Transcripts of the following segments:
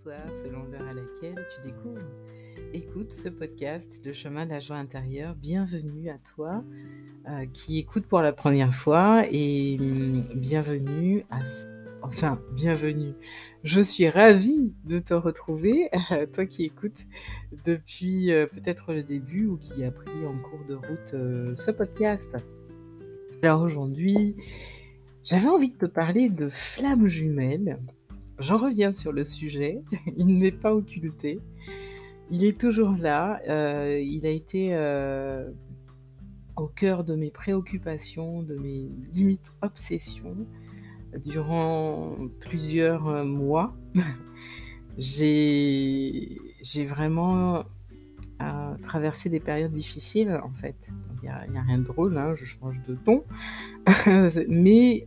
soir, selon l'heure à laquelle tu découvres. Écoute ce podcast, Le chemin de la joie intérieure. Bienvenue à toi qui écoute pour la première fois et bienvenue bienvenue. Je suis ravie de te retrouver, toi qui écoutes depuis peut-être le début ou qui a pris en cours de route ce podcast. Alors aujourd'hui, j'avais envie de te parler de flammes jumelles. J'en reviens sur le sujet, il n'est pas occulté, il est toujours là, il a été, au cœur de mes préoccupations, de mes limites obsessions durant plusieurs, mois. J'ai vraiment, traversé des périodes difficiles, en fait. Il y a rien de drôle, hein, je change de ton. Mais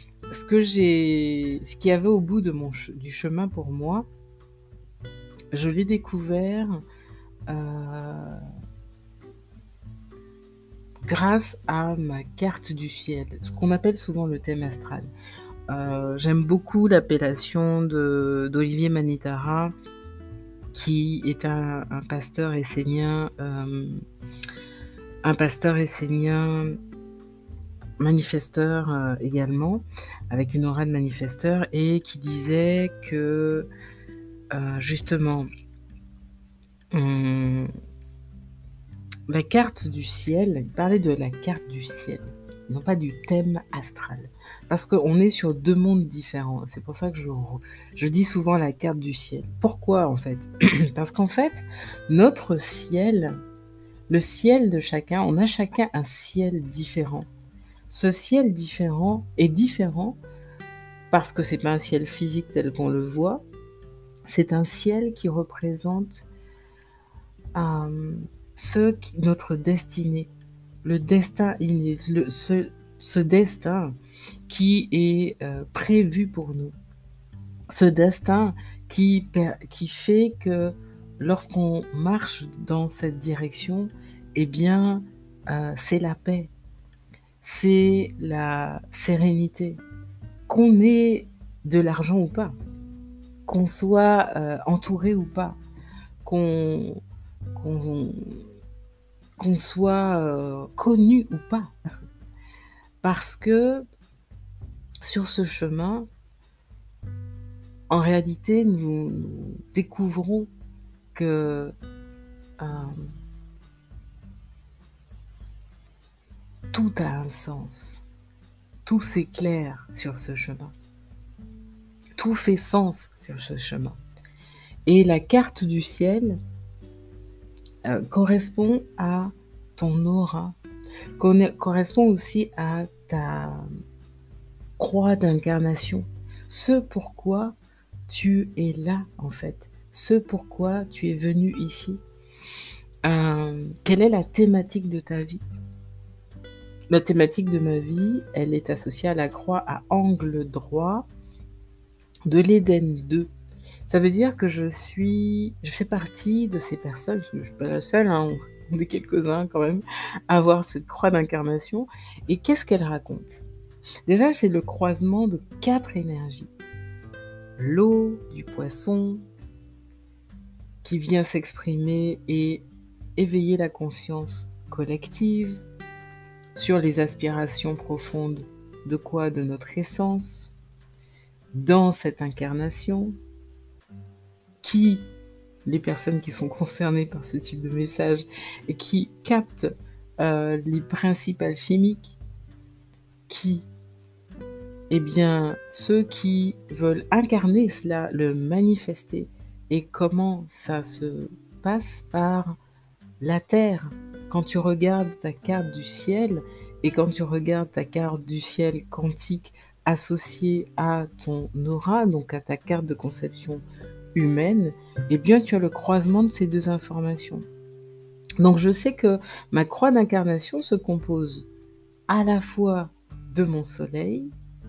ce qu'il y avait au bout de du chemin pour moi, je l'ai découvert grâce à ma carte du ciel, ce qu'on appelle souvent le thème astral. J'aime beaucoup l'appellation d'Olivier Manitara, qui est un pasteur essénien, manifesteur également, avec une aura de manifesteur, et qui disait que justement, la carte du ciel, il parlait de la carte du ciel, non pas du thème astral. Parce qu'on est sur deux mondes différents. C'est pour ça que je dis souvent la carte du ciel. Pourquoi en fait ? Parce qu'en fait, notre ciel, le ciel de chacun, on a chacun un ciel différent. Ce ciel différent est différent parce que c'est pas un ciel physique tel qu'on le voit. C'est un ciel qui représente notre destinée, le destin inné, ce destin qui est prévu pour nous, ce destin qui fait que lorsqu'on marche dans cette direction, eh bien, c'est la paix, c'est la sérénité, qu'on ait de l'argent ou pas, qu'on soit entouré ou pas, qu'on soit connu ou pas. Parce que sur ce chemin, en réalité, nous découvrons que tout a un sens. Tout s'éclaire sur ce chemin. Tout fait sens sur ce chemin. Et la carte du ciel correspond à ton aura, correspond aussi à ta croix d'incarnation, ce pourquoi tu es là en fait, ce pourquoi tu es venu ici. Quelle est la thématique de ta vie ? La thématique de ma vie, elle est associée à la croix à angle droit de l'Éden 2. Ça veut dire que je fais partie de ces personnes, parce que je ne suis pas la seule, hein, on est quelques-uns quand même, à avoir cette croix d'incarnation. Et qu'est-ce qu'elle raconte ? Déjà, c'est le croisement de 4 énergies. L'eau, du poisson, qui vient s'exprimer et éveiller la conscience collective sur les aspirations profondes de quoi ? De notre essence, dans cette incarnation, les personnes qui sont concernées par ce type de message et qui captent les principes alchimiques, eh bien, ceux qui veulent incarner cela, le manifester. Et comment ça se passe ? Par la terre. Quand tu regardes ta carte du ciel et quand tu regardes ta carte du ciel quantique associée à ton aura, donc à ta carte de conception humaine, eh bien, tu as le croisement de ces deux informations. Donc, je sais que ma croix d'incarnation se compose à la fois de mon soleil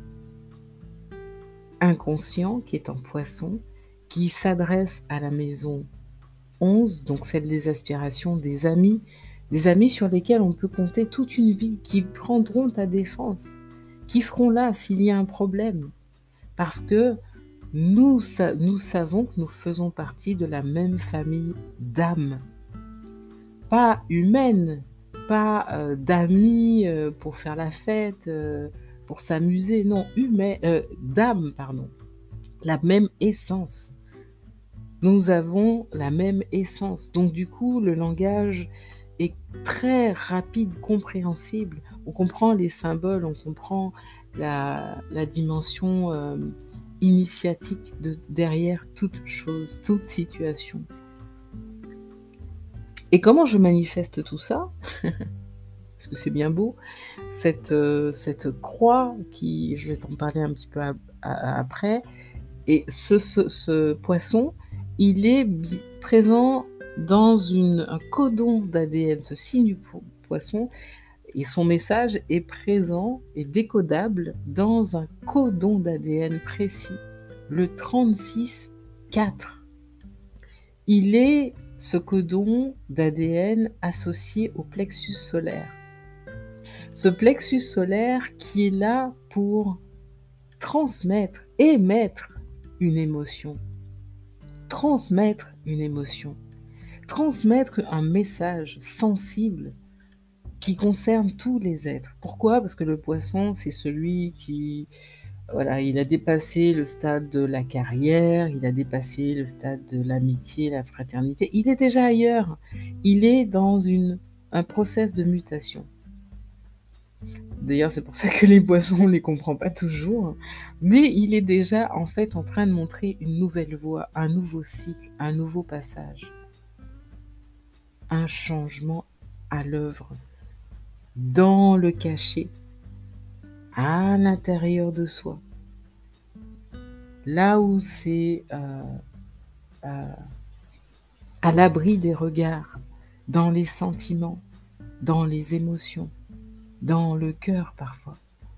inconscient qui est en poisson, qui s'adresse à la maison 11, donc celle des aspirations, des amis sur lesquels on peut compter toute une vie, qui prendront ta défense, qui seront là s'il y a un problème. Parce que nous savons que nous faisons partie de la même famille d'âmes, pas humaines, pas d'amis pour faire la fête, pour s'amuser, non, d'âmes, pardon, la même essence. Nous avons la même essence. Donc du coup, le langage est très rapide, compréhensible. On comprend les symboles, on comprend la dimension initiatique derrière toute chose, toute situation. Et comment je manifeste tout ça? Parce que c'est bien beau, cette croix qui, je vais t'en parler un petit peu après, et ce poisson, il est présent dans un codon d'ADN, ce signe du poisson, et son message est présent et décodable dans un codon d'ADN précis, le 36-4. Il est ce codon d'ADN associé au plexus solaire. Ce plexus solaire qui est là pour transmettre, émettre une émotion, transmettre une émotion, transmettre un message sensible qui concerne tous les êtres. Pourquoi? Parce que le poisson, c'est celui qui, voilà, il a dépassé le stade de la carrière, il a dépassé le stade de l'amitié, la fraternité. Il est déjà ailleurs. Il est dans un process de mutation. D'ailleurs, c'est pour ça que les poissons, on ne les comprend pas toujours. Mais il est déjà, en fait, en train de montrer une nouvelle voie, un nouveau cycle, un nouveau passage. Un changement à l'œuvre, dans le cachet, à l'intérieur de soi. Là où c'est à l'abri des regards, dans les sentiments, dans les émotions, dans le cœur parfois.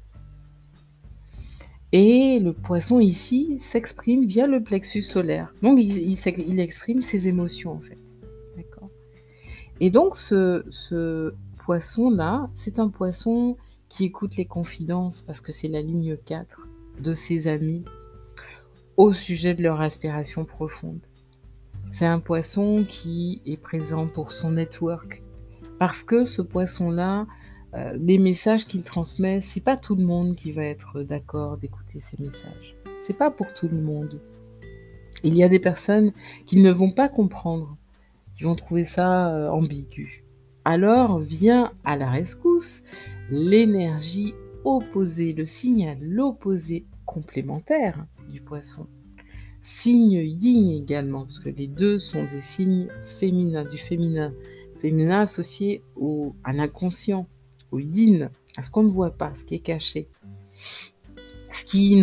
Et le poisson ici s'exprime via le plexus solaire. Donc il exprime ses émotions en fait. D'accord. Et donc ce poisson-là, c'est un poisson qui écoute les confidences parce que c'est la ligne 4 de ses amis au sujet de leur aspiration profonde. C'est un poisson qui est présent pour son network. Parce que ce poisson-là, les messages qu'il transmet, c'est pas tout le monde qui va être d'accord d'écouter ces messages. C'est pas pour tout le monde. Il y a des personnes qui ne vont pas comprendre, qui vont trouver ça ambigu. Alors vient à la rescousse l'énergie opposée, le signal, l'opposé complémentaire du poisson. Signe yin également, parce que les deux sont des signes féminins, du féminin associé à l'inconscient, au yin, à ce qu'on ne voit pas, ce qui est caché, ce qui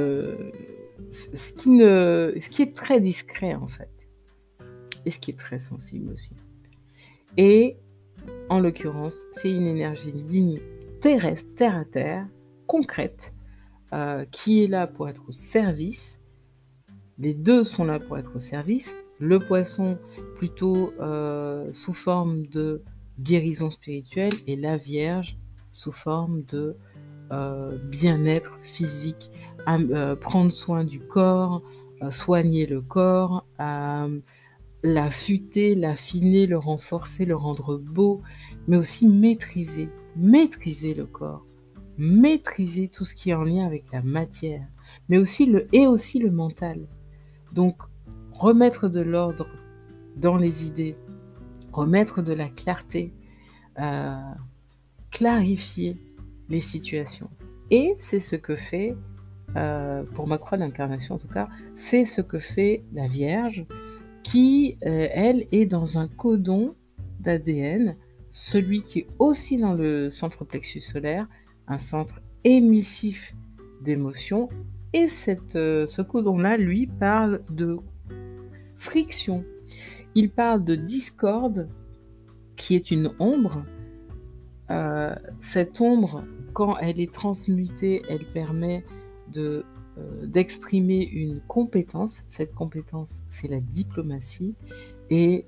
est très discret en fait, et ce qui est très sensible aussi. Et en l'occurrence, c'est une énergie yin terrestre, terre à terre, concrète, qui est là pour être au service. Les deux sont là pour être au service. Le poisson plutôt sous forme de guérison spirituelle et la Vierge sous forme de bien-être physique, prendre soin du corps, soigner le corps, l'affûter, l'affiner, le renforcer, le rendre beau, mais aussi maîtriser le corps, maîtriser tout ce qui est en lien avec la matière, mais aussi le mental. Donc, remettre de l'ordre dans les idées, remettre de la clarté, clarifier les situations. Et c'est ce que fait, pour ma croix d'incarnation en tout cas, c'est ce que fait la Vierge qui, elle, est dans un codon d'ADN, celui qui est aussi dans le centre plexus solaire, un centre émissif d'émotions. Et ce codon-là, lui, parle de friction. Il parle de discorde, qui est une ombre. Cette ombre, quand elle est transmutée, elle permet d'exprimer une compétence. Cette compétence, c'est la diplomatie. Et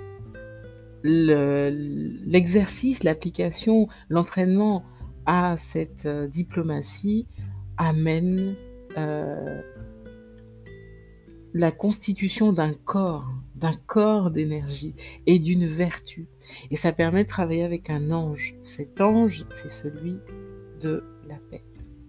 l'exercice, l'application, l'entraînement à cette diplomatie amène la constitution d'un corps d'énergie et d'une vertu. Et ça permet de travailler avec un ange. Cet ange, c'est celui de la paix.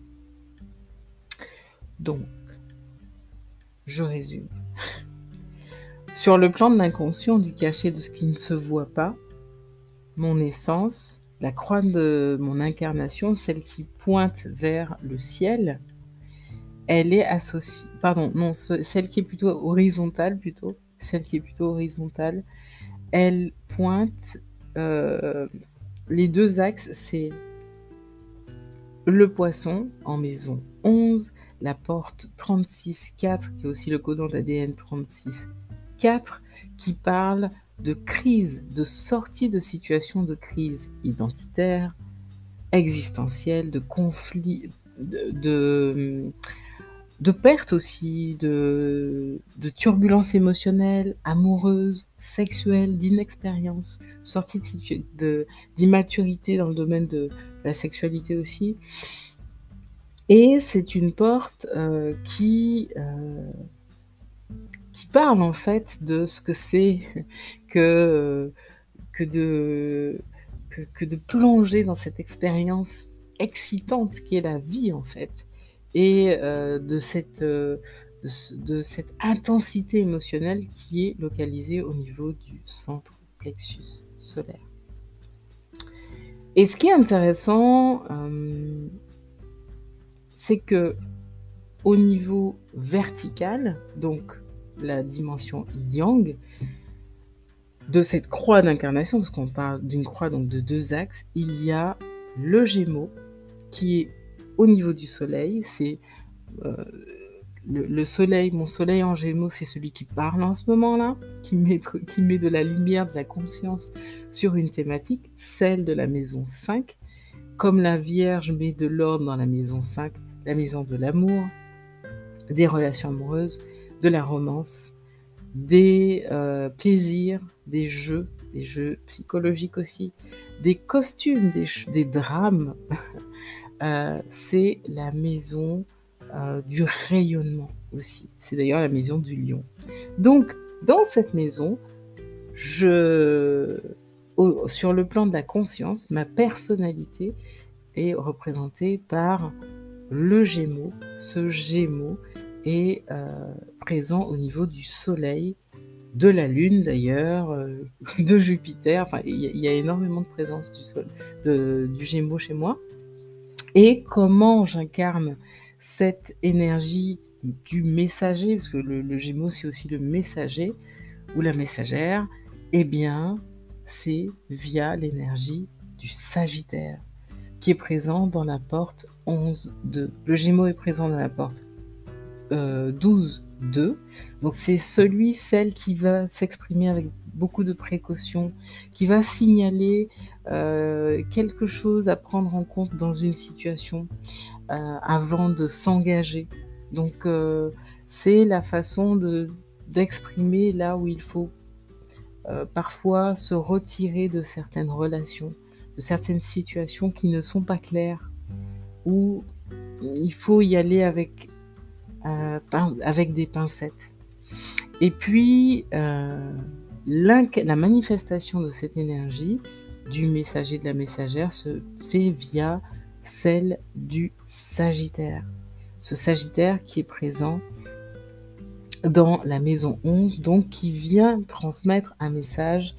Donc, je résume. Sur le plan de l'inconscient, du cachet de ce qui ne se voit pas, mon essence, la croix de mon incarnation, celle qui pointe vers le ciel, elle est associée, celle qui est plutôt horizontale, elle pointe, les deux axes, c'est le poisson en maison 11, la porte 36-4, qui est aussi le codon d'ADN 36-4, qui parle de crise, de sortie de situation de crise identitaire, existentielle, de conflit, de perte aussi, de turbulences émotionnelles, amoureuses, sexuelles, d'inexpérience, sortie d'immaturité dans le domaine de la sexualité aussi. Et c'est une porte qui parle en fait de ce que c'est que de plonger dans cette expérience excitante qui est la vie en fait, et de cette intensité émotionnelle qui est localisée au niveau du centre plexus solaire. Et ce qui est intéressant, c'est que au niveau vertical, donc la dimension yang, de cette croix d'incarnation, parce qu'on parle d'une croix donc de deux axes, il y a le Gémeaux qui est au niveau du soleil, c'est le soleil, mon soleil en Gémeaux, c'est celui qui parle en ce moment-là, qui met de la lumière, de la conscience sur une thématique, celle de la maison 5, comme la Vierge met de l'ordre dans la maison 5, la maison de l'amour, des relations amoureuses, de la romance, des plaisirs, des jeux psychologiques aussi, des costumes, des drames. C'est la maison du rayonnement aussi. C'est d'ailleurs la maison du lion. Donc, dans cette maison, sur le plan de la conscience, ma personnalité est représentée par le Gémeaux. Ce Gémeaux est présent au niveau du soleil, de la lune d'ailleurs, de Jupiter. Enfin, il y a énormément de présence du Gémeaux chez moi. Et comment j'incarne cette énergie du messager, parce que le Gémeaux c'est aussi le messager ou la messagère, eh bien c'est via l'énergie du Sagittaire qui est présent dans la porte 11-2. Le Gémeaux est présent dans la porte 12-2. Donc c'est celle qui va s'exprimer avec beaucoup de précaution, qui va signaler quelque chose à prendre en compte dans une situation avant de s'engager. Donc c'est la façon d'exprimer là où il faut parfois se retirer de certaines relations, de certaines situations qui ne sont pas claires, où il faut y aller avec des pincettes. Et puis, la manifestation de cette énergie, du messager, de la messagère, se fait via celle du Sagittaire. Ce Sagittaire qui est présent dans la maison 11, donc qui vient transmettre un message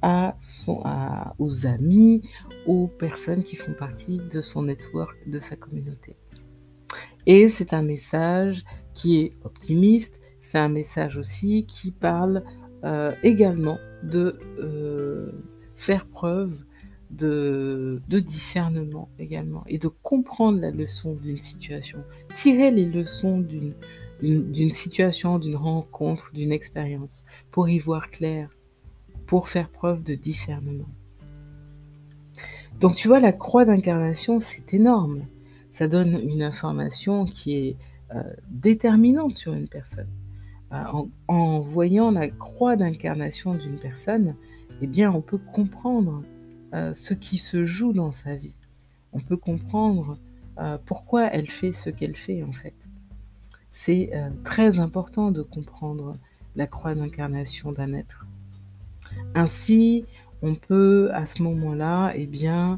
aux amis, aux personnes qui font partie de son network, de sa communauté. Et c'est un message qui est optimiste, c'est un message aussi qui parle également de faire preuve de discernement également, et de comprendre la leçon d'une situation, tirer les leçons d'une situation, d'une rencontre, d'une expérience, pour y voir clair, pour faire preuve de discernement. Donc tu vois, la croix d'incarnation, c'est énorme. Ça donne une information qui est déterminante sur une personne. En voyant la croix d'incarnation d'une personne, eh bien, on peut comprendre ce qui se joue dans sa vie. On peut comprendre pourquoi elle fait ce qu'elle fait, en fait. c'est très important de comprendre la croix d'incarnation d'un être. Ainsi, on peut à ce moment-là, eh bien,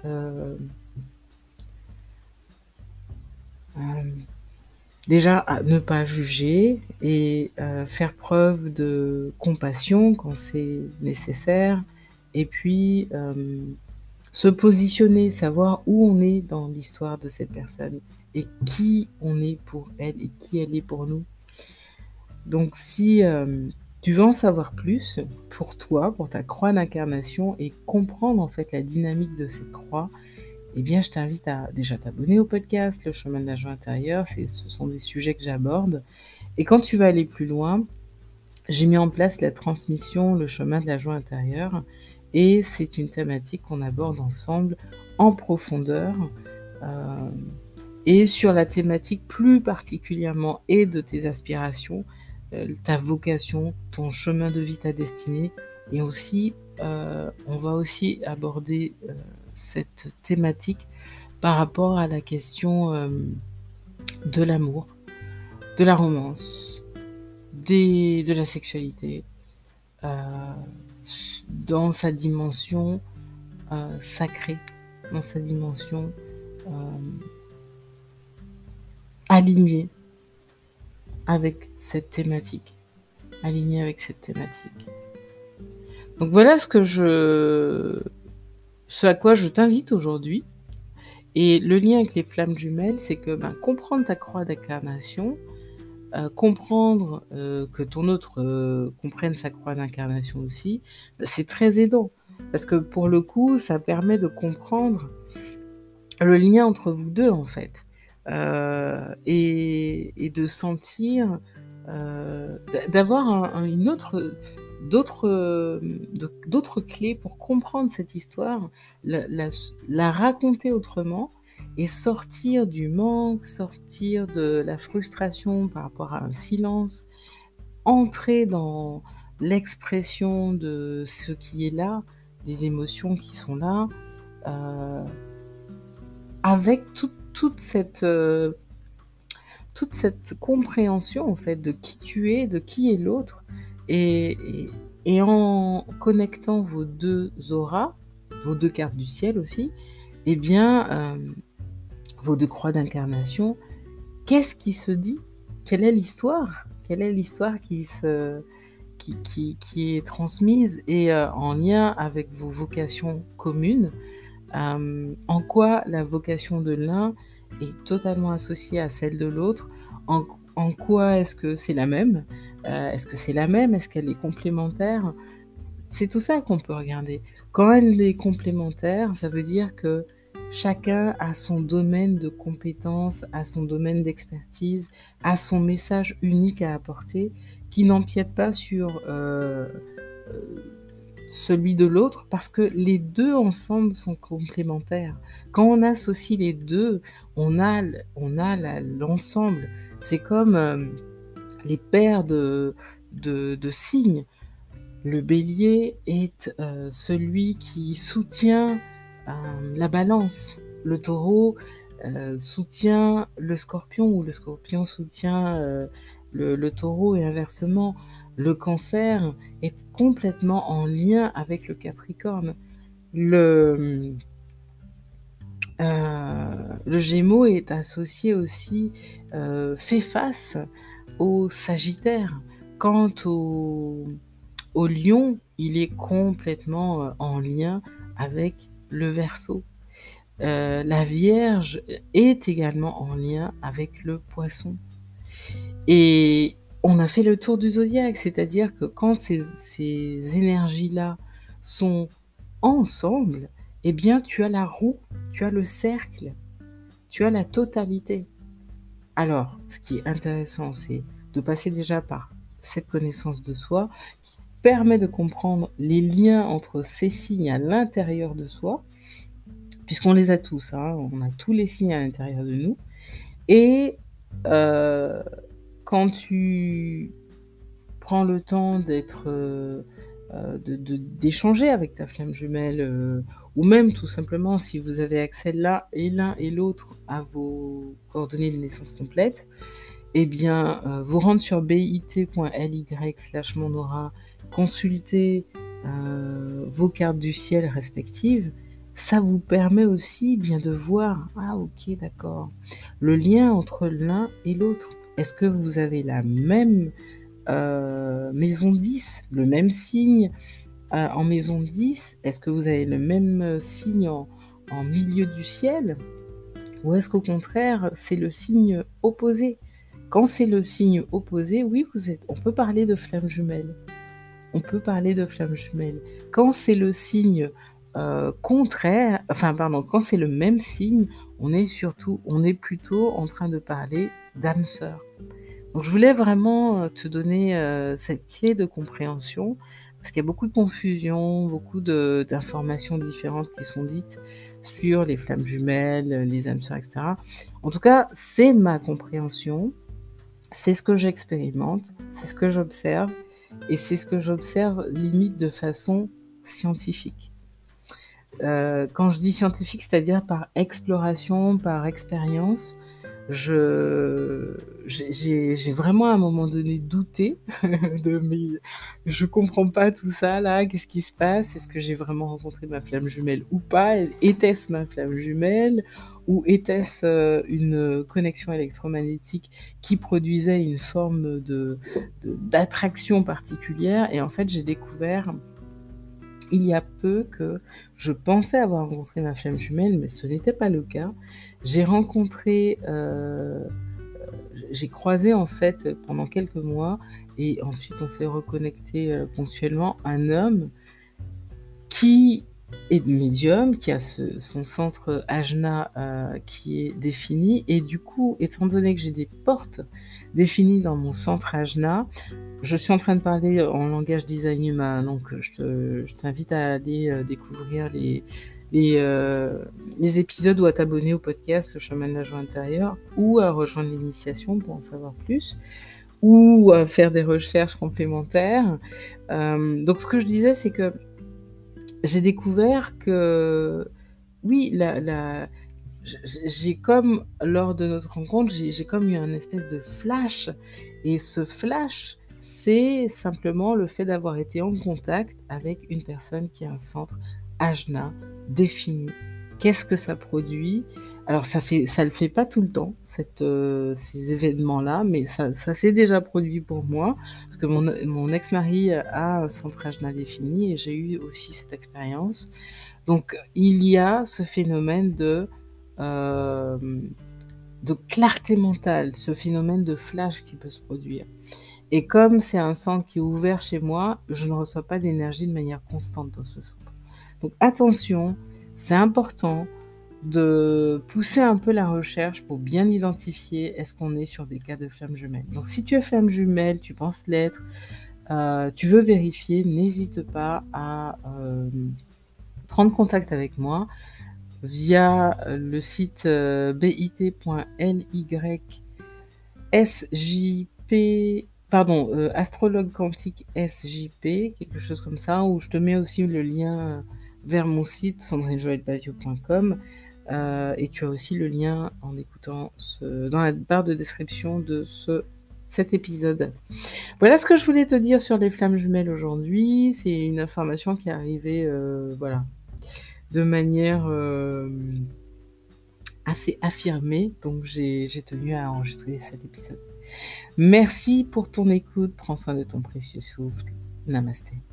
déjà ne pas juger et faire preuve de compassion quand c'est nécessaire et puis, se positionner, savoir où on est dans l'histoire de cette personne et qui on est pour elle et qui elle est pour nous. Donc si, tu veux en savoir plus pour toi, pour ta croix d'incarnation et comprendre en fait la dynamique de cette croix, eh bien je t'invite à déjà t'abonner au podcast Le chemin de la joie intérieure, ce sont des sujets que j'aborde et quand tu vas aller plus loin, j'ai mis en place la transmission Le chemin de la joie intérieure et c'est une thématique qu'on aborde ensemble en profondeur, heu et sur la thématique plus particulièrement et de tes aspirations, ta vocation, ton chemin de vie, ta destinée et aussi, on va aussi aborder, cette thématique par rapport à la question, de l'amour, de la romance, de la sexualité, heu, dans sa dimension, sacrée, dans sa dimension, hem, alignée avec cette thématique, alignée avec cette thématique. Donc voilà ce à quoi je t'invite aujourd'hui et le lien avec les flammes jumelles, c'est que, ben, comprendre ta croix d'incarnation, comprendre, que ton autre, comprenne sa croix d'incarnation aussi, bah, c'est très aidant. Parce que pour le coup, ça permet de comprendre le lien entre vous 2 en fait, et de sentir, d'avoir une autre d'autres clés pour comprendre cette histoire, la raconter autrement et sortir du manque, sortir de la frustration par rapport à un silence, entrer dans l'expression de ce qui est là, des émotions qui sont là, heu avec toute cette compréhension en fait de qui tu es, de qui est l'autre et et et en connectant vos 2 auras, vos 2 cartes du ciel aussi, eh bien, vos 2 croix d'incarnation, qu'est-ce qui se dit? Quelle est l'histoire? Quelle est l'histoire qui est transmise et en lien avec vos vocations communes? En quoi la vocation de l'un est totalement associée à celle de l'autre? En quoi est-ce que c'est la même? Est-ce que c'est la même? Est-ce qu'elle est complémentaire? C'est tout ça qu'on peut regarder. Quand elle est complémentaire, ça veut dire que chacun a son domaine de compétence, a son domaine d'expertise, a son message unique à apporter qui n'empiète pas sur, celui de l'autre parce que les 2 ensemble sont complémentaires. Quand on associe les 2, on a l'ensemble. C'est comme, les paires de signes. Le bélier est, celui qui soutient, la balance. Le taureau, soutient le scorpion ou le scorpion soutient, le taureau et inversement. Le cancer est complètement en lien avec le capricorne. Le, le gémeaux est associé aussi, fait face au sagittaire. Quant au lion, il est complètement, en lien avec le verseau. La vierge est également en lien avec le poisson et on a fait le tour du zodiaque, c'est-à-dire que quand ces énergies-là sont ensemble, eh bien tu as la roue, tu as le cercle, tu as la totalité. Alors, ce qui est intéressant, c'est de passer déjà par cette connaissance de soi qui permet de comprendre les liens entre ces signes à l'intérieur de soi, puisqu'on les a tous, hein, on a tous les signes à l'intérieur de nous et heu, quand tu prends le temps d'être, d'échanger avec ta flamme jumelle, ou même tout simplement si vous avez accès l'un et l'autre à vos coordonnées de naissance complètes, eh bien, vous rendre sur bit.ly/mondaura, consulter, vos cartes du ciel respectives, ça vous permet aussi bien de voir: «Ah OK, d'accord, le lien entre l'un et l'autre». Est-ce que vous avez la même, maison 10, le même signe, en maison 10? Est-ce que vous avez le même, signe en milieu du ciel? Ou est-ce qu'au contraire, c'est le signe opposé? Quand c'est le signe opposé, oui, on peut parler de flammes jumelles. On peut parler de flammes jumelles. Quand c'est le signe, contraire, enfin pardon, quand c'est le même signe, on est plutôt en train de parler d'âme sœur. Donc je voulais vraiment, te donner, cette clé de compréhension, parce qu'il y a beaucoup de confusion, beaucoup d'informations différentes qui sont dites sur les flammes jumelles, les âmes sœurs et cetera. En tout cas, c'est ma compréhension, c'est ce que j'expérimente, c'est ce que j'observe et c'est ce que j'observe limite de façon scientifique. Quand je dis scientifique, c'est-à-dire par exploration, par expérience, je j'ai vraiment à un moment donné douté de «Mais je comprends pas tout ça là, qu'est-ce qui se passe? Est-ce que j'ai vraiment rencontré ma flamme jumelle ou pas? Était-ce ma flamme jumelle? Ou était-ce, une connexion électromagnétique qui produisait une forme d'attraction particulière?» Et en fait, j'ai découvert il y a peu que je pensais avoir rencontré ma flamme jumelle, mais ce n'était pas le cas. J'ai rencontré, j'ai croisé en fait pendant quelques mois et ensuite on s'est reconnecté ponctuellement, un homme qui est médium, qui a son centre ajna, qui est défini et du coup, étant donné que j'ai des portes définies dans mon centre ajna, je suis en train de parler en langage design humain, donc je t'invite à aller, découvrir les épisodes ou à t'abonner au podcast Le Chemin de la Joie intérieure ou à rejoindre l'initiation pour en savoir plus ou à faire des recherches complémentaires. Donc ce que je disais, c'est que j'ai découvert que oui, la j'ai comme lors de notre rencontre, j'ai comme eu un espèce de flash et ce flash, c'est simplement le fait d'avoir été en contact avec une personne qui a un centre ajna défini. Qu'est-ce que ça produit? Alors ça le fait pas tout le temps, ces événements-là, mais ça s'est déjà produit pour moi parce que mon ex-mari a un centre ajna défini et j'ai eu aussi cette expérience. Donc il y a ce phénomène hem, de clarté mentale, ce phénomène de flash qui peut se produire et comme c'est un centre qui est ouvert chez moi, je ne reçois pas d'énergie de manière constante dans ce centre. Donc attention, c'est important de pousser un peu la recherche pour bien identifier est-ce qu'on est sur des cas de flammes jumelles. Donc si tu es flamme jumelle, tu penses l'être, tu veux vérifier, n'hésite pas à, prendre contact avec moi via, le site, bit.ly/sjp, pardon, astrologue quantique SJP, quelque chose comme ça, ou je te mets aussi le lien, vers mon site sandrinejoëlpavio.com, et tu as aussi le lien en écoutant dans la barre de description de cet épisode. Voilà ce que je voulais te dire sur les flammes jumelles aujourd'hui. C'est une information qui est arrivée, voilà, de manière, assez affirmée, donc j'ai tenu à enregistrer cet épisode. Merci pour ton écoute, prends soin de ton précieux souffle. Namasté.